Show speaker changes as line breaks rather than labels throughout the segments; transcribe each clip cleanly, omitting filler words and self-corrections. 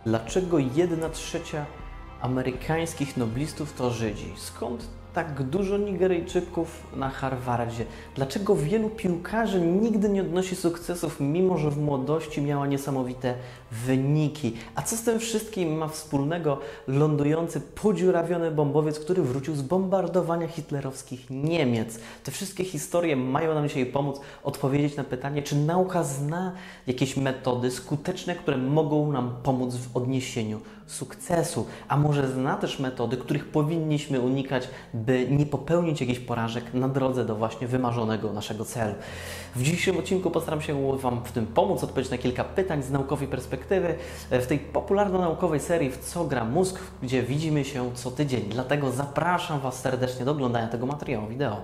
Dlaczego 1/3 amerykańskich noblistów to Żydzi? Skąd tak dużo Nigeryjczyków na Harvardzie? Dlaczego wielu piłkarzy nigdy nie odnosi sukcesów, mimo że w młodości miała niesamowite wyniki? A co z tym wszystkim ma wspólnego lądujący podziurawiony bombowiec, który wrócił z bombardowania hitlerowskich Niemiec? Te wszystkie historie mają nam dzisiaj pomóc odpowiedzieć na pytanie, czy nauka zna jakieś metody skuteczne, które mogą nam pomóc w odniesieniu sukcesu, a może zna też metody, których powinniśmy unikać, by nie popełnić jakichś porażek na drodze do właśnie wymarzonego naszego celu. W dzisiejszym odcinku postaram się Wam w tym pomóc, odpowiedzieć na kilka pytań z naukowej perspektywy w tej popularno-naukowej serii W co gra mózg, gdzie widzimy się co tydzień. Dlatego zapraszam Was serdecznie do oglądania tego materiału wideo.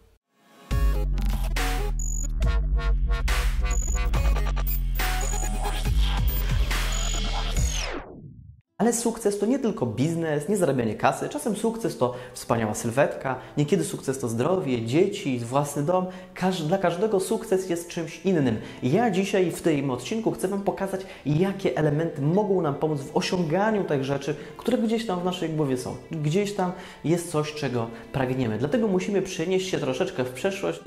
Ale sukces to nie tylko biznes, nie zarabianie kasy. Czasem sukces to wspaniała sylwetka, niekiedy sukces to zdrowie, dzieci, własny dom. Dla każdego sukces jest czymś innym. Ja dzisiaj w tym odcinku chcę Wam pokazać, jakie elementy mogą nam pomóc w osiąganiu tych rzeczy, które gdzieś tam w naszej głowie są. Gdzieś tam jest coś, czego pragniemy. Dlatego musimy przenieść się troszeczkę w przeszłość. W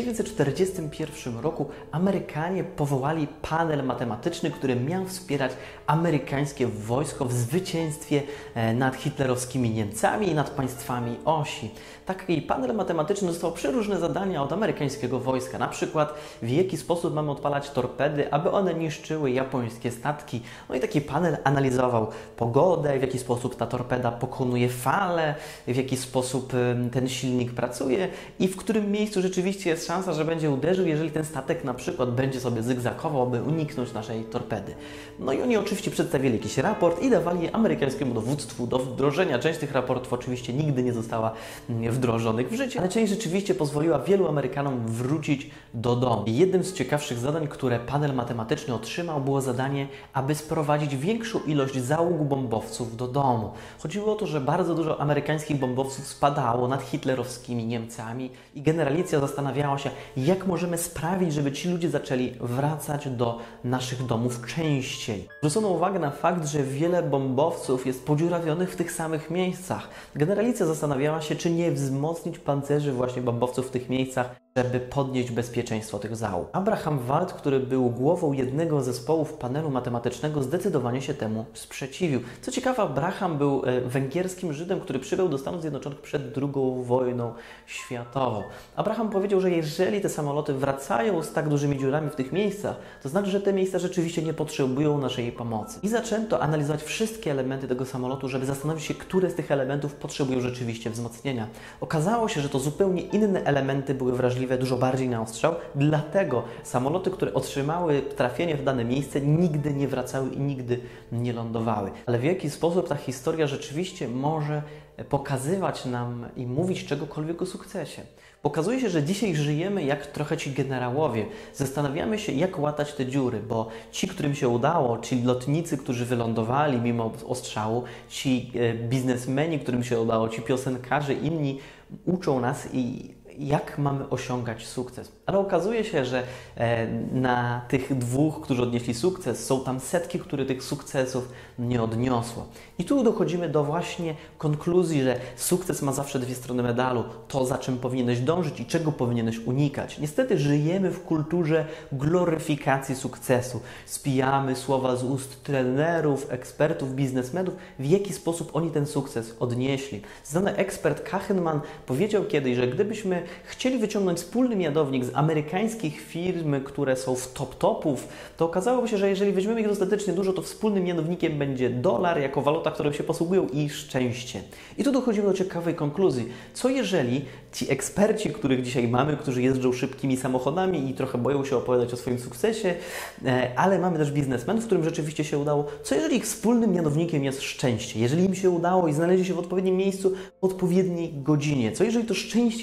1941 roku Amerykanie powołali panel matematyczny, który miał wspierać amerykańskie wojsko w zwycięstwie nad hitlerowskimi Niemcami i nad państwami osi. Taki panel matematyczny dostał przeróżne zadania od amerykańskiego wojska. Na przykład w jaki sposób mamy odpalać torpedy, aby one niszczyły japońskie statki. No i taki panel analizował pogodę, w jaki sposób ta torpeda pokonuje fale, w jaki sposób ten silnik pracuje i w którym miejscu rzeczywiście jest szansa, że będzie uderzył, jeżeli ten statek na przykład będzie sobie zygzakował, aby uniknąć naszej torpedy. No i oni oczywiście przedstawili jakiś raport i dawali amerykańskiemu dowództwu do wdrożenia. Część tych raportów oczywiście nigdy nie została wdrożonych w życie, ale część rzeczywiście pozwoliła wielu Amerykanom wrócić do domu. I jednym z ciekawszych zadań, które panel matematyczny otrzymał, było zadanie, aby sprowadzić większą ilość załóg bombowców do domu. Chodziło o to, że bardzo dużo amerykańskich bombowców spadało nad hitlerowskimi Niemcami i generalicja zastanawiała się, jak możemy sprawić, żeby ci ludzie zaczęli wracać do naszych domów częściej. Zwrócono uwagę na fakt, że wiele bombowców jest podziurawionych w tych samych miejscach. Generalicja zastanawiała się, czy nie wzmocnić pancerzy właśnie bombowców w tych miejscach, żeby podnieść bezpieczeństwo tych załóg. Abraham Wald, który był głową jednego z zespołów panelu matematycznego, zdecydowanie się temu sprzeciwił. Co ciekawe, Abraham był węgierskim Żydem, który przybył do Stanów Zjednoczonych przed II wojną światową. Abraham powiedział, że jeżeli te samoloty wracają z tak dużymi dziurami w tych miejscach, to znaczy, że te miejsca rzeczywiście nie potrzebują naszej pomocy. I zaczęto analizować wszystkie elementy tego samolotu, żeby zastanowić się, które z tych elementów potrzebują rzeczywiście wzmocnienia. Okazało się, że to zupełnie inne elementy były wrażliwe dużo bardziej na ostrzał, dlatego samoloty, które otrzymały trafienie w dane miejsce, nigdy nie wracały i nigdy nie lądowały. Ale w jaki sposób ta historia rzeczywiście może pokazywać nam i mówić czegokolwiek o sukcesie? Pokazuje się, że dzisiaj żyjemy jak trochę ci generałowie. Zastanawiamy się, jak łatać te dziury, bo ci, którym się udało, ci lotnicy, którzy wylądowali mimo ostrzału, ci biznesmeni, którym się udało, ci piosenkarze, inni uczą nas jak mamy osiągać sukces. Ale okazuje się, że na tych dwóch, którzy odnieśli sukces, są tam setki, które tych sukcesów nie odniosło. I tu dochodzimy do właśnie konkluzji, że sukces ma zawsze dwie strony medalu. To, za czym powinieneś dążyć i czego powinieneś unikać. Niestety żyjemy w kulturze gloryfikacji sukcesu. Spijamy słowa z ust trenerów, ekspertów, biznesmenów, w jaki sposób oni ten sukces odnieśli. Znany ekspert Kahneman powiedział kiedyś, że gdybyśmy chcieli wyciągnąć wspólny mianownik z amerykańskich firm, które są w topów, to okazałoby się, że jeżeli weźmiemy ich dostatecznie dużo, to wspólnym mianownikiem będzie dolar jako waluta, którą się posługują i szczęście. I tu dochodzimy do ciekawej konkluzji. Co jeżeli ci eksperci, których dzisiaj mamy, którzy jeżdżą szybkimi samochodami i trochę boją się opowiadać o swoim sukcesie, ale mamy też biznesmenów, którym rzeczywiście się udało, co jeżeli ich wspólnym mianownikiem jest szczęście? Jeżeli im się udało i znaleźli się w odpowiednim miejscu, w odpowiedniej godzinie? Co jeżeli to szczęście było kluczem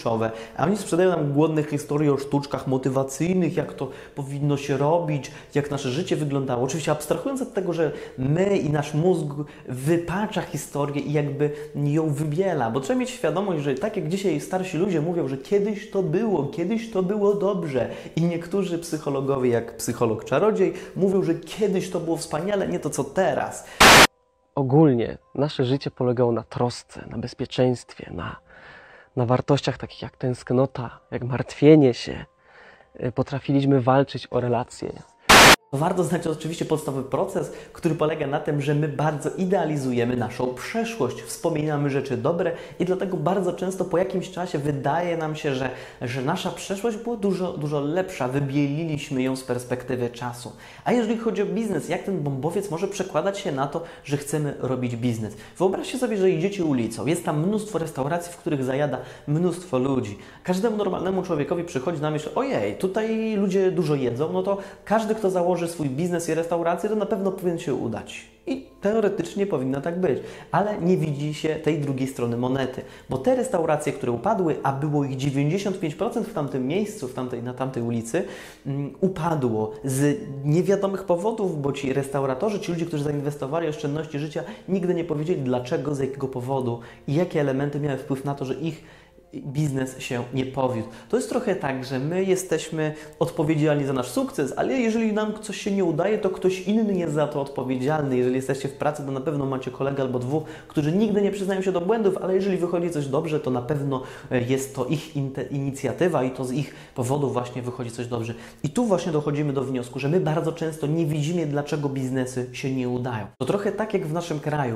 kluczowe, a oni sprzedają nam głodne historie o sztuczkach motywacyjnych, jak to powinno się robić, jak nasze życie wyglądało. Oczywiście abstrahując od tego, że my i nasz mózg wypacza historię i jakby ją wybiela, bo trzeba mieć świadomość, że tak jak dzisiaj starsi ludzie mówią, że kiedyś to było dobrze i niektórzy psychologowie, jak psycholog czarodziej, mówią, że kiedyś to było wspaniale, nie to co teraz.
Ogólnie nasze życie polegało na trosce, na bezpieczeństwie, na wartościach takich jak tęsknota, jak martwienie się. Potrafiliśmy walczyć o relacje.
Warto znać oczywiście podstawowy proces, który polega na tym, że my bardzo idealizujemy naszą przeszłość, wspominamy rzeczy dobre i dlatego bardzo często po jakimś czasie wydaje nam się, że nasza przeszłość była dużo lepsza, wybieliliśmy ją z perspektywy czasu. A jeżeli chodzi o biznes, jak ten bombowiec może przekładać się na to, że chcemy robić biznes? Wyobraźcie sobie, że idziecie ulicą, jest tam mnóstwo restauracji, w których zajada mnóstwo ludzi. Każdemu normalnemu człowiekowi przychodzi na myśl, ojej, tutaj ludzie dużo jedzą, no to każdy, kto założy swój biznes i restaurację, to na pewno powinien się udać. I teoretycznie powinno tak być, ale nie widzi się tej drugiej strony monety, bo te restauracje, które upadły, a było ich 95% w tamtym miejscu, na tamtej ulicy, upadło z niewiadomych powodów, bo ci restauratorzy, ci ludzie, którzy zainwestowali oszczędności życia, nigdy nie powiedzieli dlaczego, z jakiego powodu i jakie elementy miały wpływ na to, że ich biznes się nie powiódł. To jest trochę tak, że my jesteśmy odpowiedzialni za nasz sukces, ale jeżeli nam coś się nie udaje, to ktoś inny jest za to odpowiedzialny. Jeżeli jesteście w pracy, to na pewno macie kolegę albo dwóch, którzy nigdy nie przyznają się do błędów, ale jeżeli wychodzi coś dobrze, to na pewno jest to ich inicjatywa i to z ich powodów właśnie wychodzi coś dobrze. I tu właśnie dochodzimy do wniosku, że my bardzo często nie widzimy, dlaczego biznesy się nie udają. To trochę tak jak w naszym kraju.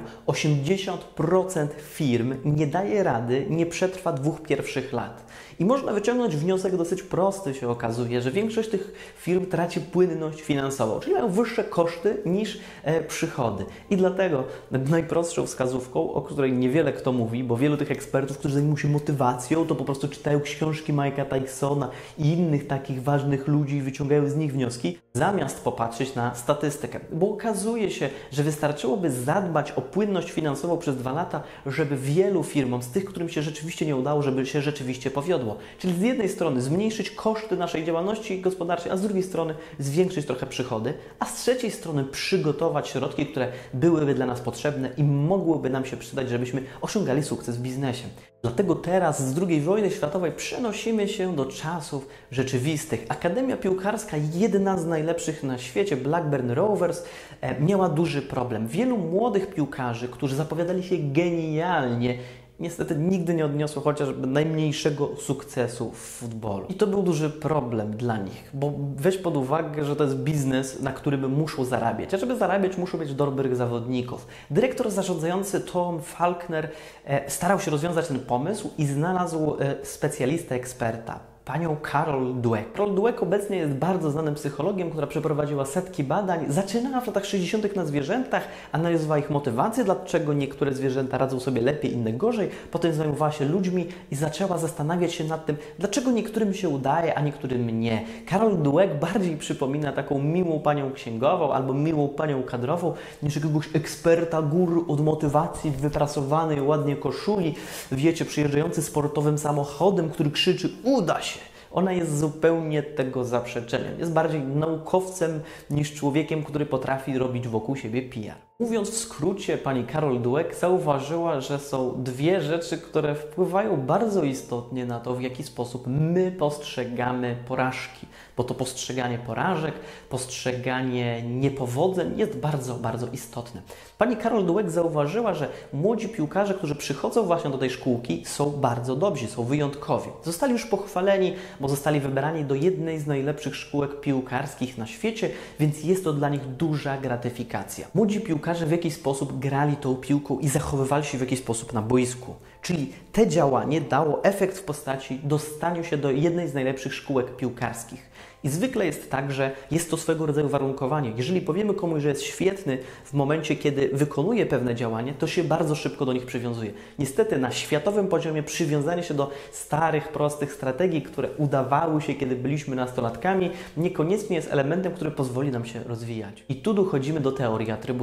80% firm nie daje rady, nie przetrwa 2 pierwszych lat. I można wyciągnąć wniosek dosyć prosty, się okazuje, że większość tych firm traci płynność finansową, czyli mają wyższe koszty niż przychody. I dlatego najprostszą wskazówką, o której niewiele kto mówi, bo wielu tych ekspertów, którzy zajmują się motywacją, to po prostu czytają książki Mike'a Tysona i innych takich ważnych ludzi i wyciągają z nich wnioski, zamiast popatrzeć na statystykę. Bo okazuje się, że wystarczyłoby zadbać o płynność finansową przez 2 lata, żeby wielu firmom, z tych, którym się rzeczywiście nie udało, żeby się rzeczywiście powiodło. Czyli z jednej strony zmniejszyć koszty naszej działalności gospodarczej, a z drugiej strony zwiększyć trochę przychody, a z trzeciej strony przygotować środki, które byłyby dla nas potrzebne i mogłyby nam się przydać, żebyśmy osiągali sukces w biznesie. Dlatego teraz z II wojny światowej przenosimy się do czasów rzeczywistych. Akademia piłkarska, jedna z najlepszych na świecie, Blackburn Rovers, miała duży problem. Wielu młodych piłkarzy, którzy zapowiadali się genialnie, niestety nigdy nie odniosło chociażby najmniejszego sukcesu w futbolu. I to był duży problem dla nich, bo weź pod uwagę, że to jest biznes, na którym muszą zarabiać. A żeby zarabiać, muszą mieć dobrych zawodników. Dyrektor zarządzający Tom Falkner starał się rozwiązać ten pomysł i znalazł specjalistę, eksperta. Panią Carol Dweck. Carol Dweck obecnie jest bardzo znanym psychologiem, która przeprowadziła setki badań. Zaczynała w latach 60. na zwierzętach, analizowała ich motywacje, dlaczego niektóre zwierzęta radzą sobie lepiej, inne gorzej. Potem zajmowała się ludźmi i zaczęła zastanawiać się nad tym, dlaczego niektórym się udaje, a niektórym nie. Carol Dweck bardziej przypomina taką miłą panią księgową albo miłą panią kadrową, niż jakiegoś eksperta guru od motywacji w wyprasowanej ładnie koszuli, wiecie, przyjeżdżający sportowym samochodem, który krzyczy: uda się! Ona jest zupełnie tego zaprzeczeniem. Jest bardziej naukowcem niż człowiekiem, który potrafi robić wokół siebie PR. Mówiąc w skrócie, pani Carol Dweck zauważyła, że są 2 rzeczy, które wpływają bardzo istotnie na to, w jaki sposób my postrzegamy porażki. Bo to postrzeganie porażek, postrzeganie niepowodzeń jest bardzo, bardzo istotne. Pani Carol Dweck zauważyła, że młodzi piłkarze, którzy przychodzą właśnie do tej szkółki, są bardzo dobrzy, są wyjątkowi. Zostali już pochwaleni, bo zostali wybrani do jednej z najlepszych szkółek piłkarskich na świecie, więc jest to dla nich duża gratyfikacja. Młodzi piłkarze w jakiś sposób grali tą piłką i zachowywali się w jakiś sposób na boisku. Czyli te działanie dało efekt w postaci dostania się do jednej z najlepszych szkółek piłkarskich. I zwykle jest tak, że jest to swego rodzaju warunkowanie. Jeżeli powiemy komuś, że jest świetny w momencie, kiedy wykonuje pewne działanie, to się bardzo szybko do nich przywiązuje. Niestety na światowym poziomie przywiązanie się do starych, prostych strategii, które udawały się, kiedy byliśmy nastolatkami, niekoniecznie jest elementem, który pozwoli nam się rozwijać. I tu dochodzimy do teorii atrybucji.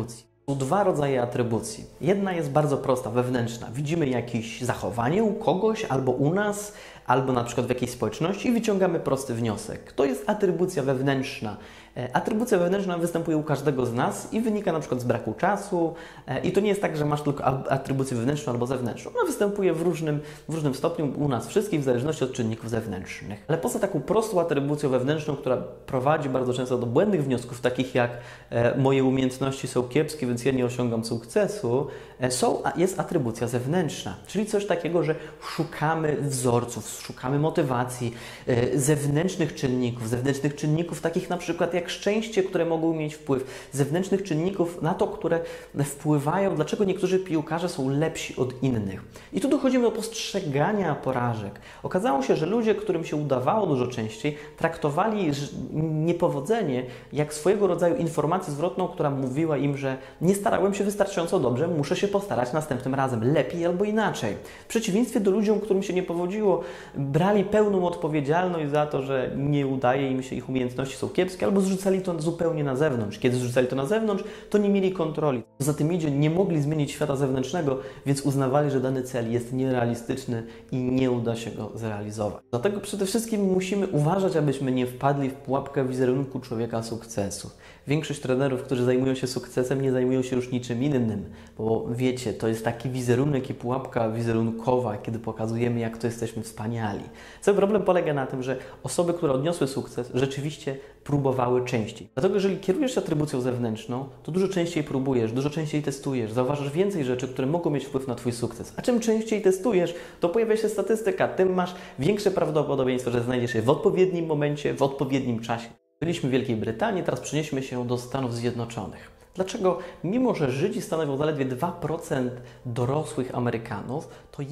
Są dwa rodzaje atrybucji. Jedna jest bardzo prosta, wewnętrzna. Widzimy jakieś zachowanie u kogoś, albo u nas, albo na przykład w jakiejś społeczności i wyciągamy prosty wniosek. To jest atrybucja wewnętrzna. Atrybucja wewnętrzna występuje u każdego z nas i wynika na przykład z braku czasu. I to nie jest tak, że masz tylko atrybucję wewnętrzną albo zewnętrzną. Ona występuje w różnym stopniu u nas wszystkich, w zależności od czynników zewnętrznych. Ale poza taką prostą atrybucją wewnętrzną, która prowadzi bardzo często do błędnych wniosków, takich jak moje umiejętności są kiepskie, więc ja nie osiągam sukcesu, jest atrybucja zewnętrzna. Czyli coś takiego, że szukamy wzorców, szukamy motywacji, zewnętrznych czynników takich na przykład jak szczęście, które mogą mieć wpływ, zewnętrznych czynników na to, które wpływają, dlaczego niektórzy piłkarze są lepsi od innych. I tu dochodzimy do postrzegania porażek. Okazało się, że ludzie, którym się udawało dużo częściej, traktowali niepowodzenie jak swojego rodzaju informację zwrotną, która mówiła im, że nie starałem się wystarczająco dobrze, muszę się postarać następnym razem, lepiej albo inaczej. W przeciwieństwie do ludziom, którym się nie powodziło, brali pełną odpowiedzialność za to, że nie udaje im się, ich umiejętności są kiepskie, albo zrzucali to zupełnie na zewnątrz. Kiedy zrzucali to na zewnątrz, to nie mieli kontroli. Poza tym idzie, nie mogli zmienić świata zewnętrznego, więc uznawali, że dany cel jest nierealistyczny i nie uda się go zrealizować. Dlatego przede wszystkim musimy uważać, abyśmy nie wpadli w pułapkę wizerunku człowieka sukcesu. Większość trenerów, którzy zajmują się sukcesem, nie zajmują się już niczym innym, bo wiecie, to jest taki wizerunek i pułapka wizerunkowa, kiedy pokazujemy, jak to jesteśmy wspaniali. Cały problem polega na tym, że osoby, które odniosły sukces, rzeczywiście próbowały częściej. Dlatego, jeżeli kierujesz się atrybucją zewnętrzną, to dużo częściej próbujesz, dużo częściej testujesz, zauważasz więcej rzeczy, które mogą mieć wpływ na Twój sukces. A czym częściej testujesz, to pojawia się statystyka, tym masz większe prawdopodobieństwo, że znajdziesz się w odpowiednim momencie, w odpowiednim czasie. Byliśmy w Wielkiej Brytanii, teraz przenieśmy się do Stanów Zjednoczonych. Dlaczego? Mimo że Żydzi stanowią zaledwie 2% dorosłych Amerykanów, to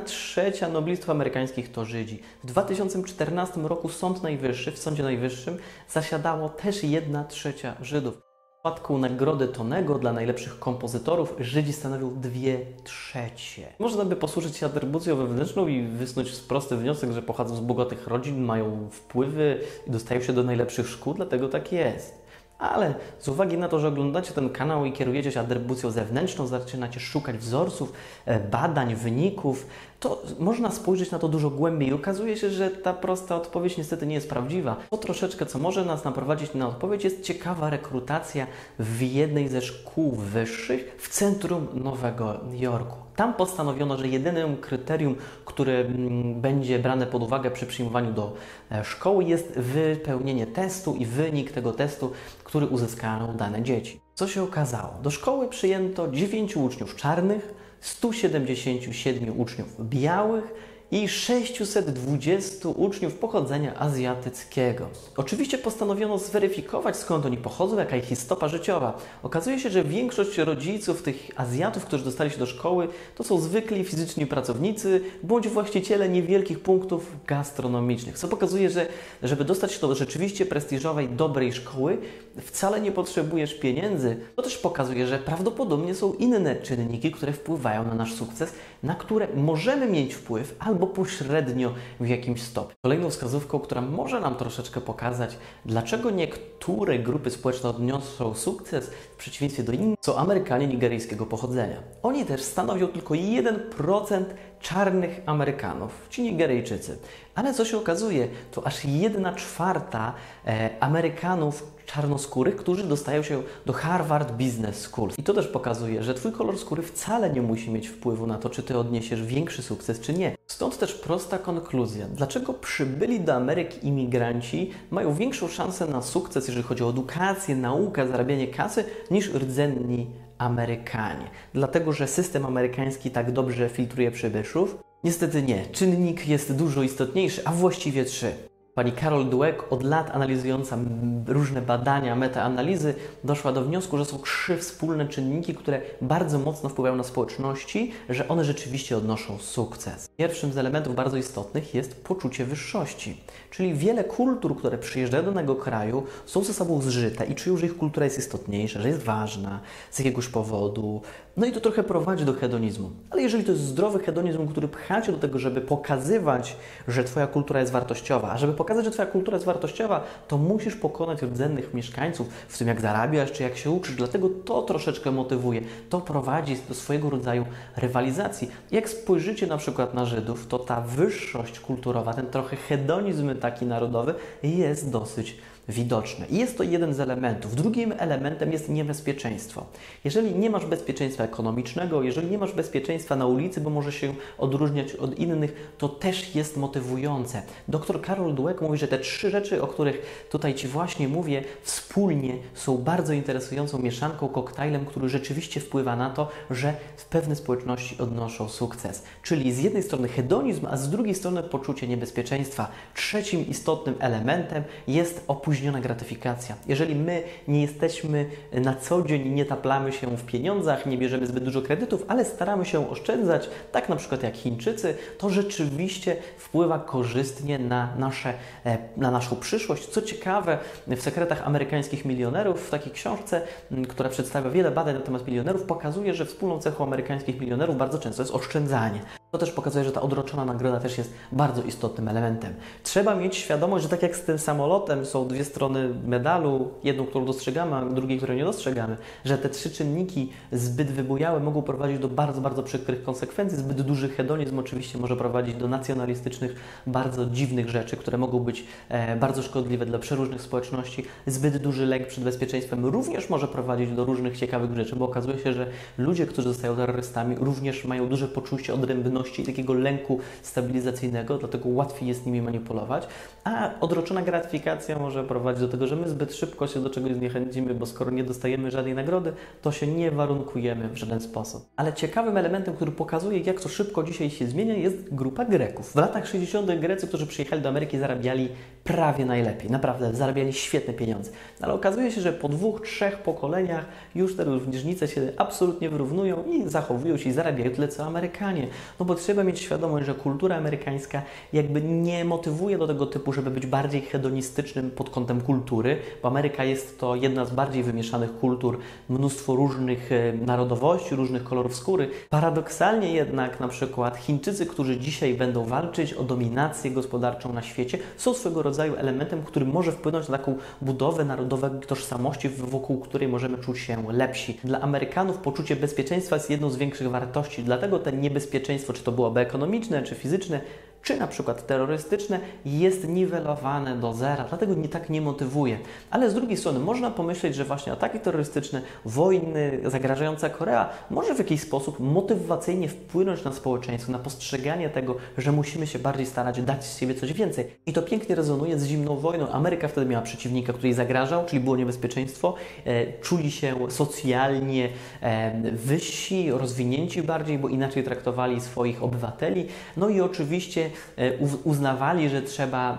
1/3 noblistw amerykańskich to Żydzi. W 2014 roku w Sądzie Najwyższym zasiadało też 1/3 Żydów. W przypadku nagrody Tonego dla najlepszych kompozytorów Żydzi stanowią 2/3. Można by posłużyć się atrybucją wewnętrzną i wysnuć prosty wniosek, że pochodzą z bogatych rodzin, mają wpływy i dostają się do najlepszych szkół, dlatego tak jest. Ale z uwagi na to, że oglądacie ten kanał i kierujecie się atrybucją zewnętrzną, zaczynacie szukać wzorców, badań, wyników, to można spojrzeć na to dużo głębiej i okazuje się, że ta prosta odpowiedź niestety nie jest prawdziwa. To troszeczkę, co może nas naprowadzić na odpowiedź, jest ciekawa rekrutacja w jednej ze szkół wyższych w centrum Nowego Jorku. Tam postanowiono, że jedynym kryterium, które będzie brane pod uwagę przy przyjmowaniu do szkoły, jest wypełnienie testu i wynik tego testu, który uzyskają dane dzieci. Co się okazało? Do szkoły przyjęto 9 uczniów czarnych, 177 uczniów białych i 620 uczniów pochodzenia azjatyckiego. Oczywiście postanowiono zweryfikować, skąd oni pochodzą, jaka ich jest stopa życiowa. Okazuje się, że większość rodziców tych Azjatów, którzy dostali się do szkoły, to są zwykli fizyczni pracownicy bądź właściciele niewielkich punktów gastronomicznych. Co pokazuje, że żeby dostać się do rzeczywiście prestiżowej, dobrej szkoły, wcale nie potrzebujesz pieniędzy. To też pokazuje, że prawdopodobnie są inne czynniki, które wpływają na nasz sukces, na które możemy mieć wpływ, albo pośrednio w jakimś stopniu. Kolejną wskazówką, która może nam troszeczkę pokazać, dlaczego niektóre grupy społeczne odniosą sukces w przeciwieństwie do innych, są Amerykanie nigeryjskiego pochodzenia. Oni też stanowią tylko 1% czarnych Amerykanów, ci Nigeryjczycy. Ale co się okazuje, to aż 1/4 Amerykanów czarnoskórych, którzy dostają się do Harvard Business School. I to też pokazuje, że Twój kolor skóry wcale nie musi mieć wpływu na to, czy Ty odniesiesz większy sukces, czy nie. Stąd też prosta konkluzja. Dlaczego przybyli do Ameryki imigranci mają większą szansę na sukces, jeżeli chodzi o edukację, naukę, zarabianie kasy, niż rdzenni Amerykanie? Dlatego, że system amerykański tak dobrze filtruje przybyszów? Niestety nie. Czynnik jest dużo istotniejszy, a właściwie 3. Pani Carol Dweck, od lat analizująca różne badania, metaanalizy, doszła do wniosku, że są 3 wspólne czynniki, które bardzo mocno wpływają na społeczności, że one rzeczywiście odnoszą sukces. Pierwszym z elementów bardzo istotnych jest poczucie wyższości. Czyli wiele kultur, które przyjeżdżają do danego kraju, są ze sobą zżyte i czują, że ich kultura jest istotniejsza, że jest ważna z jakiegoś powodu. No i to trochę prowadzi do hedonizmu. Ale jeżeli to jest zdrowy hedonizm, który pcha Cię do tego, żeby pokazywać, że Twoja kultura jest wartościowa, a żeby pokazać, że Twoja kultura jest wartościowa, to musisz pokonać rdzennych mieszkańców w tym, jak zarabiasz, czy jak się uczysz. Dlatego to troszeczkę motywuje. To prowadzi do swojego rodzaju rywalizacji. Jak spojrzycie na przykład na Żydów, to ta wyższość kulturowa, ten trochę hedonizm taki narodowy jest dosyć widoczne. I jest to jeden z elementów. Drugim elementem jest niebezpieczeństwo. Jeżeli nie masz bezpieczeństwa ekonomicznego, jeżeli nie masz bezpieczeństwa na ulicy, bo może się odróżniać od innych, to też jest motywujące. Dr Carol Dweck mówi, że te 3 rzeczy, o których tutaj Ci właśnie mówię, wspólnie są bardzo interesującą mieszanką, koktajlem, który rzeczywiście wpływa na to, że w pewne społeczności odnoszą sukces. Czyli z jednej strony hedonizm, a z drugiej strony poczucie niebezpieczeństwa. Trzecim istotnym elementem jest opóźniona gratyfikacja. Jeżeli my nie jesteśmy na co dzień, nie taplamy się w pieniądzach, nie bierzemy zbyt dużo kredytów, ale staramy się oszczędzać, tak na przykład jak Chińczycy, to rzeczywiście wpływa korzystnie na naszą przyszłość. Co ciekawe, w Sekretach Amerykańskich Milionerów, w takiej książce, która przedstawia wiele badań na temat milionerów, pokazuje, że wspólną cechą amerykańskich milionerów bardzo często jest oszczędzanie. To też pokazuje, że ta odroczona nagroda też jest bardzo istotnym elementem. Trzeba mieć świadomość, że tak jak z tym samolotem są 2 strony medalu, jedną, którą dostrzegamy, a drugiej, której nie dostrzegamy, że te 3 czynniki zbyt wybujałe mogą prowadzić do bardzo, bardzo przykrych konsekwencji. Zbyt duży hedonizm oczywiście może prowadzić do nacjonalistycznych, bardzo dziwnych rzeczy, które mogą być bardzo szkodliwe dla przeróżnych społeczności. Zbyt duży lęk przed bezpieczeństwem również może prowadzić do różnych ciekawych rzeczy, bo okazuje się, że ludzie, którzy zostają terrorystami, również mają duże poczucie odrębności i takiego lęku stabilizacyjnego, dlatego łatwiej jest nimi manipulować, a odroczona gratyfikacja może prowadzić do tego, że my zbyt szybko się do czegoś zniechęcimy, bo skoro nie dostajemy żadnej nagrody, to się nie warunkujemy w żaden sposób. Ale ciekawym elementem, który pokazuje, jak to szybko dzisiaj się zmienia, jest grupa Greków. W latach 60. Grecy, którzy przyjechali do Ameryki, zarabiali prawie najlepiej. Naprawdę, zarabiali świetne pieniądze. Ale okazuje się, że po 2-3 pokoleniach już te różnice się absolutnie wyrównują i zachowują się i zarabiają tyle, co Amerykanie. No bo trzeba mieć świadomość, że kultura amerykańska jakby nie motywuje do tego typu, żeby być bardziej hedonistycznym pod kątem kultury, bo Ameryka jest to jedna z bardziej wymieszanych kultur, mnóstwo różnych narodowości, różnych kolorów skóry. Paradoksalnie jednak na przykład Chińczycy, którzy dzisiaj będą walczyć o dominację gospodarczą na świecie, są swego rodzaju elementem, który może wpłynąć na taką budowę narodowej tożsamości, wokół której możemy czuć się lepsi. Dla Amerykanów poczucie bezpieczeństwa jest jedną z większych wartości, dlatego to niebezpieczeństwo, czy to byłoby ekonomiczne, czy fizyczne, czy na przykład terrorystyczne, jest niwelowane do zera, dlatego tak nie motywuje. Ale z drugiej strony można pomyśleć, że właśnie ataki terrorystyczne, wojny, zagrażająca Korea może w jakiś sposób motywacyjnie wpłynąć na społeczeństwo, na postrzeganie tego, że musimy się bardziej starać, dać z siebie coś więcej. I to pięknie rezonuje z zimną wojną. Ameryka wtedy miała przeciwnika, który jej zagrażał, czyli było niebezpieczeństwo, czuli się socjalnie wyżsi, rozwinięci bardziej, bo inaczej traktowali swoich obywateli. No i oczywiście uznawali, że trzeba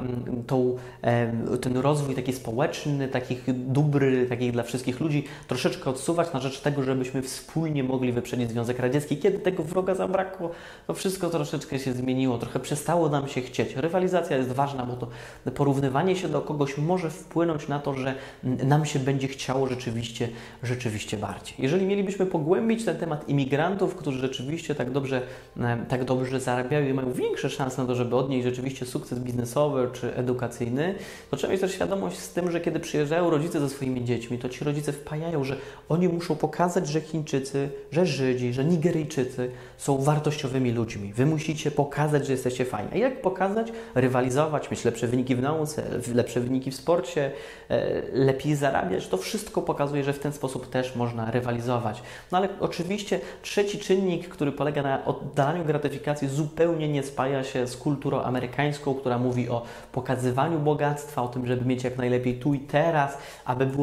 ten rozwój taki społeczny, takich dóbr, takich dla wszystkich ludzi troszeczkę odsuwać na rzecz tego, żebyśmy wspólnie mogli wyprzedzić Związek Radziecki. Kiedy tego wroga zabrakło, to wszystko troszeczkę się zmieniło, trochę przestało nam się chcieć. Rywalizacja jest ważna, bo to porównywanie się do kogoś może wpłynąć na to, że nam się będzie chciało rzeczywiście bardziej. Jeżeli mielibyśmy pogłębić ten temat imigrantów, którzy rzeczywiście tak dobrze zarabiają i mają większe szanse na to, żeby odnieść rzeczywiście sukces biznesowy czy edukacyjny, to trzeba mieć też świadomość z tym, że kiedy przyjeżdżają rodzice ze swoimi dziećmi, to ci rodzice wpajają, że oni muszą pokazać, że Chińczycy, że Żydzi, że Nigeryjczycy są wartościowymi ludźmi. Wy musicie pokazać, że jesteście fajni. A jak pokazać? Rywalizować, mieć lepsze wyniki w nauce, lepsze wyniki w sporcie, lepiej zarabiać. To wszystko pokazuje, że w ten sposób też można rywalizować. No ale oczywiście trzeci czynnik, który polega na oddalaniu gratyfikacji, zupełnie nie spaja się z kulturą amerykańską, która mówi o pokazywaniu bogactwa, o tym, żeby mieć jak najlepiej tu i teraz, aby było